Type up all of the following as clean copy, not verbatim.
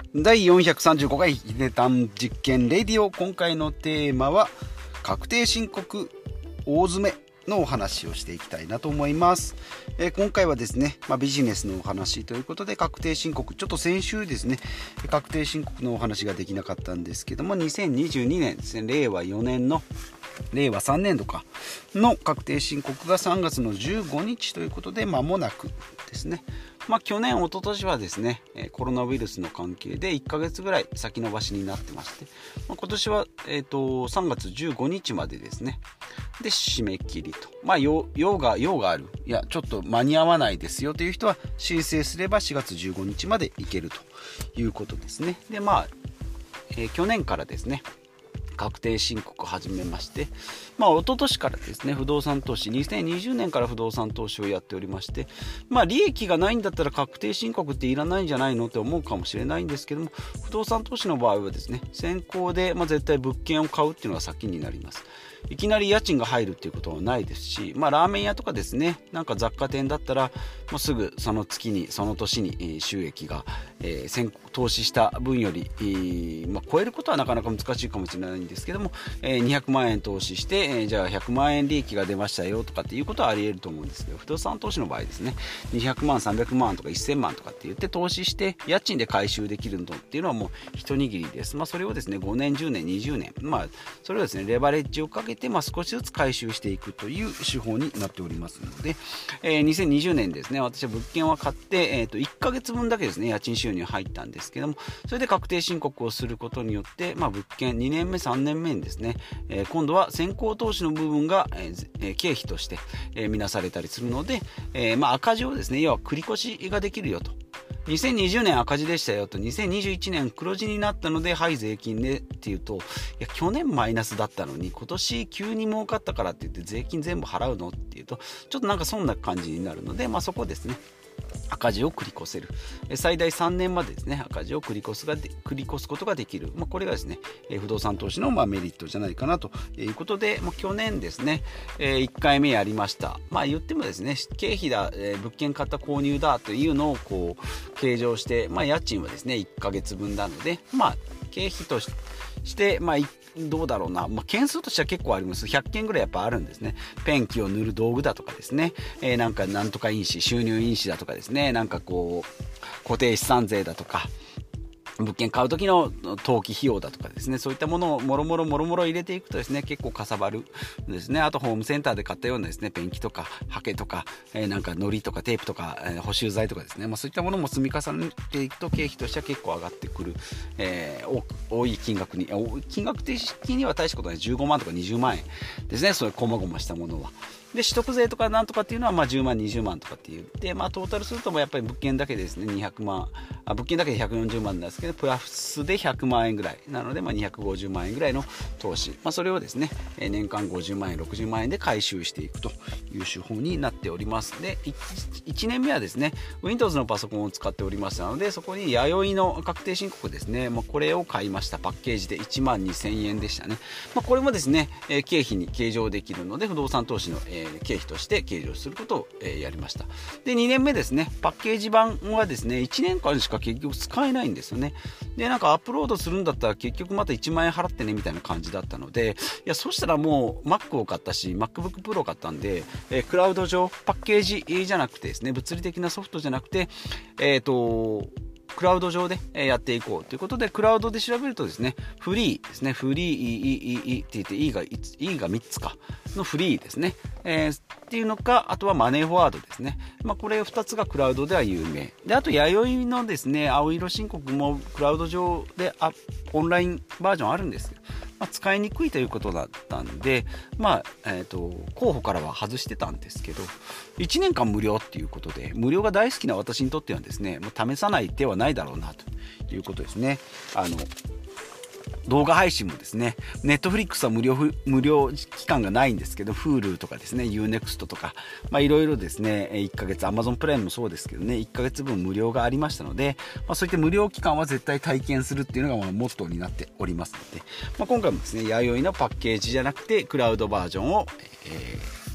第435回ヒデタン実験レディオ。今回のテーマは確定申告大詰めのお話をしていきたいなと思います。今回はですね、ビジネスのお話ということで、確定申告、ちょっと先週ですね、確定申告のお話ができなかったんですけども、2022年ですね、令和3年度かの確定申告が3月の15日ということで、間もなくですね。去年、一昨年はですね、コロナウイルスの関係で1ヶ月ぐらい先延ばしになってまして、今年は、3月15日までですね。で、締め切りと。用がある。いや、ちょっと間に合わないですよという人は申請すれば4月15日までいけるということですね。で、去年からですね、確定申告を始めまして、一昨年からですね、不動産投資、2020年から不動産投資をやっておりまして、利益がないんだったら確定申告っていらないんじゃないのって思うかもしれないんですけども、不動産投資の場合はですね、先行で、絶対物件を買うっていうのが先になります。いきなり家賃が入るっていうことはないですし、ラーメン屋とかですね、なんか雑貨店だったらもうすぐその月にその年に収益が、投資した分より、超えることはなかなか難しいかもしれないんですけども、200万円投資して、じゃあ100万円利益が出ましたよとかっていうことはあり得ると思うんですけど、不動産投資の場合ですね、200万300万とか1000万とかって言って投資して家賃で回収できるのっていうのはもう一握りです。それをですね、5年10年20年、それをですね、レバレッジをかけて少しずつ回収していくという手法になっておりますので、2020年ですね、私は物件を買って、1ヶ月分だけですね、家賃収入入ったんですけども、それで確定申告をすることによって、物件2年目3年目にですね、今度は先行投資の部分が、経費として、見なされたりするので、赤字をですね、要は繰り越しができるよと。2020年赤字でしたよと、2021年黒字になったので、はい、税金でっていうと、いや、去年マイナスだったのに、今年急に儲かったからって言って税金全部払うのっていうと、ちょっとなんかそんな感じになるので、そこですね、赤字を繰り越せる。最大3年までですね、赤字を繰り越すことができる。これがですね、不動産投資のメリットじゃないかなということで、去年ですね、1回目やりました。言ってもですね、経費だ、物件買った購入だというのをこう計上して、家賃はですね、1ヶ月分なので、経費として、どうだろうな、件数としては結構あります。100件ぐらいやっぱあるんですね。ペンキを塗る道具だとかですね、なんとか印紙、収入印紙だとかですね、固定資産税だとか、物件買う時の登記費用だとかですね、そういったものをもろもろ入れていくとですね、結構かさばるんですね。あとホームセンターで買ったようなですね、ペンキとかハケとか、糊とかテープとか、補修剤とかですね、そういったものも積み重ねていくと経費としては結構上がってくる、多い金額的には大したことない15万とか20万円ですね、そういう細々したものは。で、取得税とかなんとかっていうのは10万20万とかって言って、トータルするとやっぱり物件だけでですね、200万、物件だけで140万なんですけど、プラスで100万円ぐらいなので、250万円ぐらいの投資、それをですね、年間50万円60万円で回収していくという手法になっております。で、1年目はですね、Windows のパソコンを使っておりましたので、そこに弥生の確定申告ですね、これを買いました。パッケージで1万2000円でしたね。これもですね、経費に計上できるので、不動産投資の経費として計上することをやりました。で、2年目ですね、パッケージ版はですね、1年間しか結局使えないんですよね。で、アップロードするんだったら結局また1万円払ってねみたいな感じだったので、いや、そしたらもう Mac を買ったし MacBook Pro を買ったんで、クラウド上パッケージじゃなくてですね、物理的なソフトじゃなくて、クラウド上でやっていこうということで、クラウドで調べるとですね、フリーですね、フリーって言って E が3つかのフリーですね、っていうのか、あとはマネーフォワードですね。これ2つがクラウドでは有名で、あと弥生のですね、青色申告もクラウド上でオンラインバージョンあるんですけど、使いにくいということだったんで、候補からは外してたんですけど、1年間無料っていうことで、無料が大好きな私にとってはですね、もう試さない手はないだろうなということですね。動画配信もですね、ネットフリックスは無料期間がないんですけど、Hulu とかですね、Unext とか、いろいろですね、1ヶ月、Amazon プライムもそうですけどね、1ヶ月分無料がありましたので、そういった無料期間は絶対体験するっていうのがモットーになっておりますので、今回もですね、弥生のパッケージじゃなくて、クラウドバージョンを、契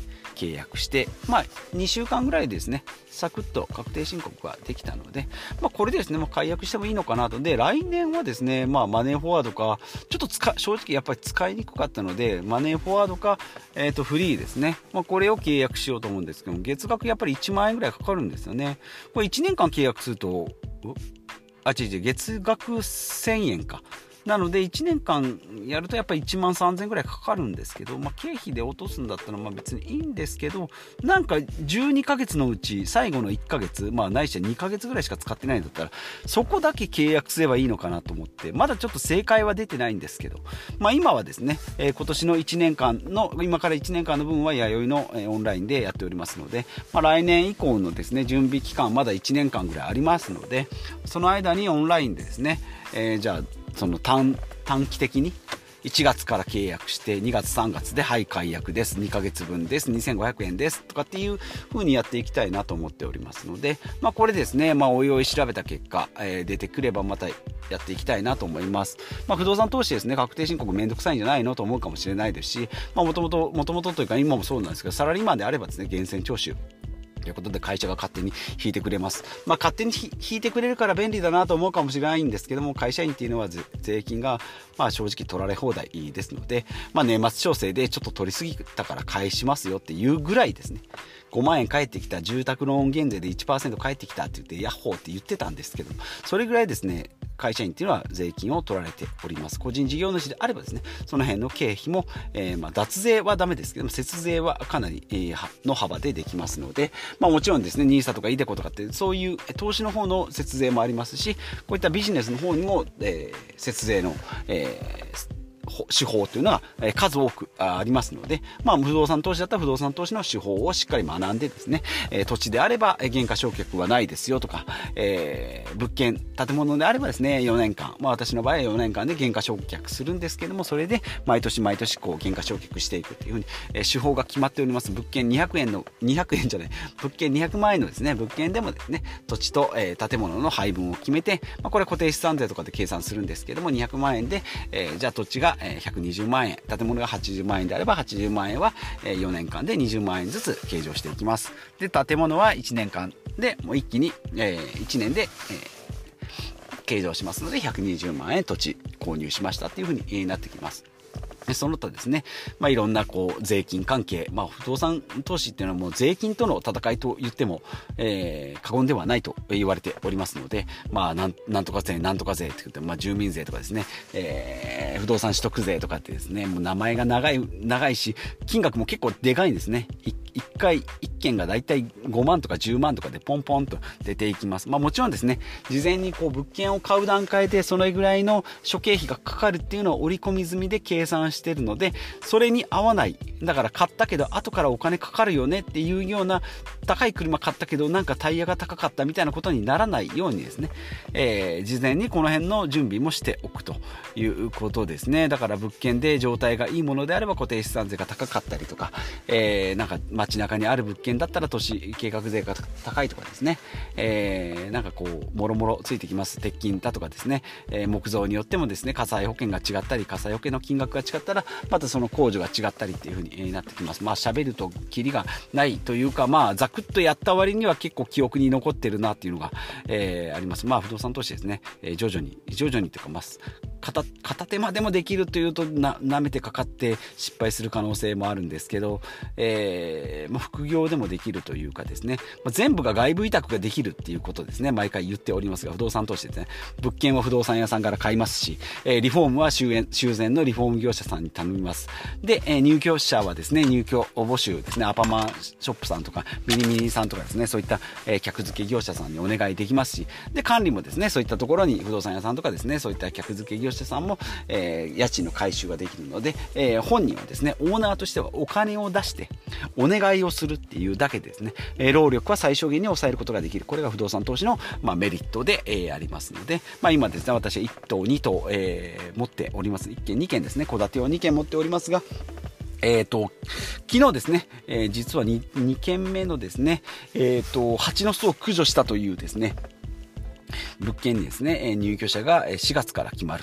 契約して、2週間ぐらいですね、サクッと確定申告ができたので、これでですね、解約してもいいのかなと。で、来年はですね、マネーフォワードか、ちょっと正直やっぱり使いにくかったので、マネーフォワードか、フリーですね。これを契約しようと思うんですけども、月額やっぱり1万円ぐらいかかるんですよね。これ1年間契約すると、月額1000円か。なので1年間やるとやっぱり1万3000円ぐらいかかるんですけど、経費で落とすんだったら別にいいんですけど、なんか12ヶ月のうち最後の1ヶ月、ないしは2ヶ月ぐらいしか使ってないんだったら、そこだけ契約すればいいのかなと思って、まだちょっと正解は出てないんですけど、今はですね、今年の1年間の、今から1年間の分は弥生のオンラインでやっておりますので、来年以降のですね、準備期間まだ1年間ぐらいありますので、その間にオンラインでですね、じゃあその短期的に1月から契約して2月3月で解約です、2ヶ月分です、2500円ですとかっていう風にやっていきたいなと思っておりますので、これですね、おいおい調べた結果、出てくればまたやっていきたいなと思います。不動産投資ですね、確定申告めんどくさいんじゃないのと思うかもしれないですし、もともとというか今もそうなんですけど、サラリーマンであればですね、源泉徴収ということで会社が勝手に引いてくれます。勝手に引いてくれるから便利だなと思うかもしれないんですけども、会社員っていうのは税金が正直取られ放題ですので、年末調整でちょっと取りすぎたから返しますよっていうぐらいですね、5万円返ってきた、住宅ローン減税で 1% 返ってきたって言ってヤッホーって言ってたんですけど、それぐらいですね、会社員っていうのは税金を取られております。個人事業主であればですね、その辺の経費も、脱税はダメですけども、節税はかなり、の幅でできますので、もちろんですね、NISA とかiDeCoとかってそういう投資の方の節税もありますし、こういったビジネスの方にも、節税の、手法というのは数多くありますので、不動産投資だったら不動産投資の手法をしっかり学んでですね、土地であれば減価償却はないですよとか、物件、建物であればですね、4年間、私の場合は4年間で減価償却するんですけども、それで毎年毎年減価償却していくというふうに、手法が決まっております。物件200円の、200円じゃない、物件200万円のですね、物件でもですね、土地と、建物の配分を決めて、これ固定資産税とかで計算するんですけども、200万円で、じゃあ土地が120万円、建物が80万円であれば80万円は4年間で20万円ずつ計上していきます。で、建物は1年間でもう一気に1年で計上しますので120万円土地購入しましたっていう風になってきます。その他ですね、いろんな税金関係、不動産投資っていうのはもう税金との戦いと言っても、過言ではないと言われておりますので、なんとか税なんとか税って言って、住民税とかですね、不動産取得税とかってですね、もう名前が長いし、金額も結構でかいんですね。1件がだいたい5万とか10万とかでポンポンと出ていきます。もちろんですね、事前に物件を買う段階でそれぐらいの諸経費がかかるっていうのを織り込み済みで計算しているので、それに合わない、だから買ったけど後からお金かかるよねっていうような、高い車買ったけどなんかタイヤが高かったみたいなことにならないようにですね、事前にこの辺の準備もしておくということですね。だから物件で状態がいいものであれば固定資産税が高かったりとか、なんか街中にある物件だったら都市計画税が高いとかですね、なんかもろもろついてきます。鉄筋だとかですね、木造によってもですね、火災保険が違ったり、火災保険の金額が違ったらまたその控除が違ったりっていう風になってきます。喋るとキリがないというか、ざくっとやった割には結構記憶に残ってるなっていうのが、あります。不動産投資ですね、徐々にというか片手間でもできるというと舐めてかかって失敗する可能性もあるんですけど、副業でもできるというかですね、全部が外部委託ができるっていうことですね。毎回言っておりますが、不動産投資ですね、物件は不動産屋さんから買いますし、リフォームは修繕のリフォーム業者さんに頼みます。で、入居者はですね、入居募集ですね、アパマショップさんとかミニミニさんとかですね、そういった、客付け業者さんにお願いできますし、で、管理もですね、そういったところに不動産屋さんとかですね、そういった客付け業者さんも、家賃の回収ができるので、本人はですね、オーナーとしてはお金を出してお願いをするっていうだけでですね、労力は最小限に抑えることができる。これが不動産投資の、メリットで、ありますので、今ですね、私は1棟2棟、持っております。1軒2軒ですね、戸建てを2軒持っておりますが、昨日ですね、実は 2件目のですね、蜂の巣を駆除したというですね、物件にですね、入居者が4月から決まると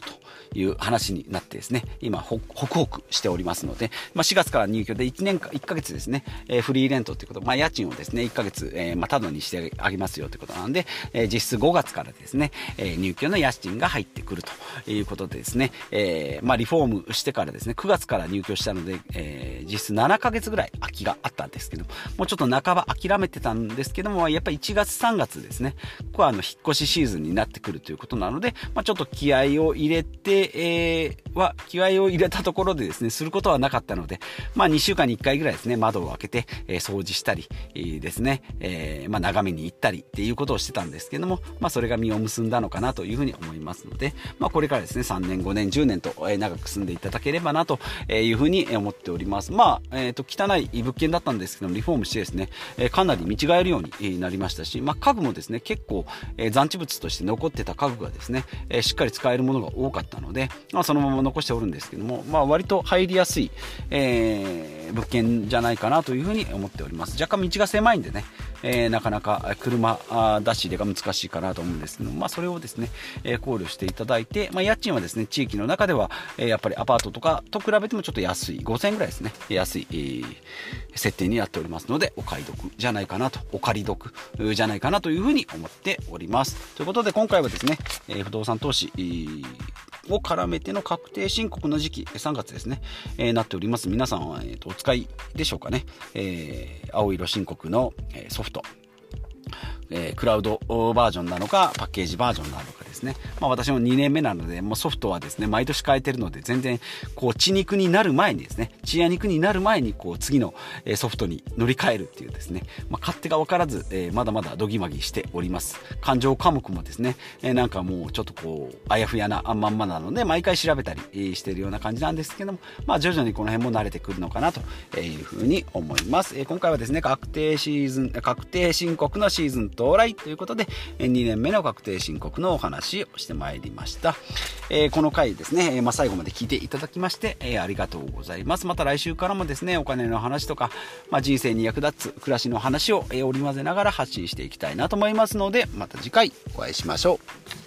いう話になってですね、今ホクホクしておりますので、4月から入居で1ヶ月ですね、フリーレントということ、家賃をですね1ヶ月、タダにしてあげますよということなので、実質5月からですね、入居の家賃が入ってくるということでですね、リフォームしてからですね9月から入居したので、実質7ヶ月ぐらい空きがあったんですけどもうちょっと半ば諦めてたんですけども、やっぱり1月3月ですね、ここは引っ越しシーズンになってくるということなので、ちょっと気合を入れて、気合を入れたところでですねすることはなかったので、2週間に1回ぐらいですね窓を開けて、掃除したり、ですね、眺めに行ったりっていうことをしてたんですけども、それが実を結んだのかなというふうに思いますので、これからですね3年5年10年と長く住んでいただければなというふうに思っております。汚い物件だったんですけどもリフォームしてですね、かなり見違えるようになりましたし、家具もですね結構、残地物として残ってた家具がですね、しっかり使えるものが多かったので、そのまま残しておるんですけども、割と入りやすい、物件じゃないかなというふうに思っております。若干道が狭いんでね、なかなか車出し入れが難しいかなと思うんですけど、それをですね、考慮していただいて、家賃はですね地域の中では、やっぱりアパートとかと比べてもちょっと安い5000円ぐらいですね、安い、設定になっておりますので、お買い得じゃないかなと、お借り得じゃないかなというふうに思っております。ということで今回はですね、不動産投資を絡めての確定申告の時期3月ですね、なっております。皆さんは、お使いでしょうかね。青色申告のソフト、クラウドバージョンなのかパッケージバージョンなのかですね、私も2年目なのでもうソフトはですね毎年変えてるので、全然血肉になる前にですね、血や肉になる前に次のソフトに乗り換えるっていうですね、勝手が分からず、まだまだドギマギしております。感情科目もですね、なんかもうちょっとあやふやなまんまなので毎回調べたりしてるような感じなんですけども、徐々にこの辺も慣れてくるのかなというふうに思います。今回はですね確定申告のシーズン到来ということで、2年目の確定申告のお話をしてまいりました。この回ですね、最後まで聞いていただきまして、ありがとうございます。また来週からもですねお金の話とか、人生に役立つ暮らしの話を織り交ぜながら発信していきたいなと思いますので、また次回お会いしましょう。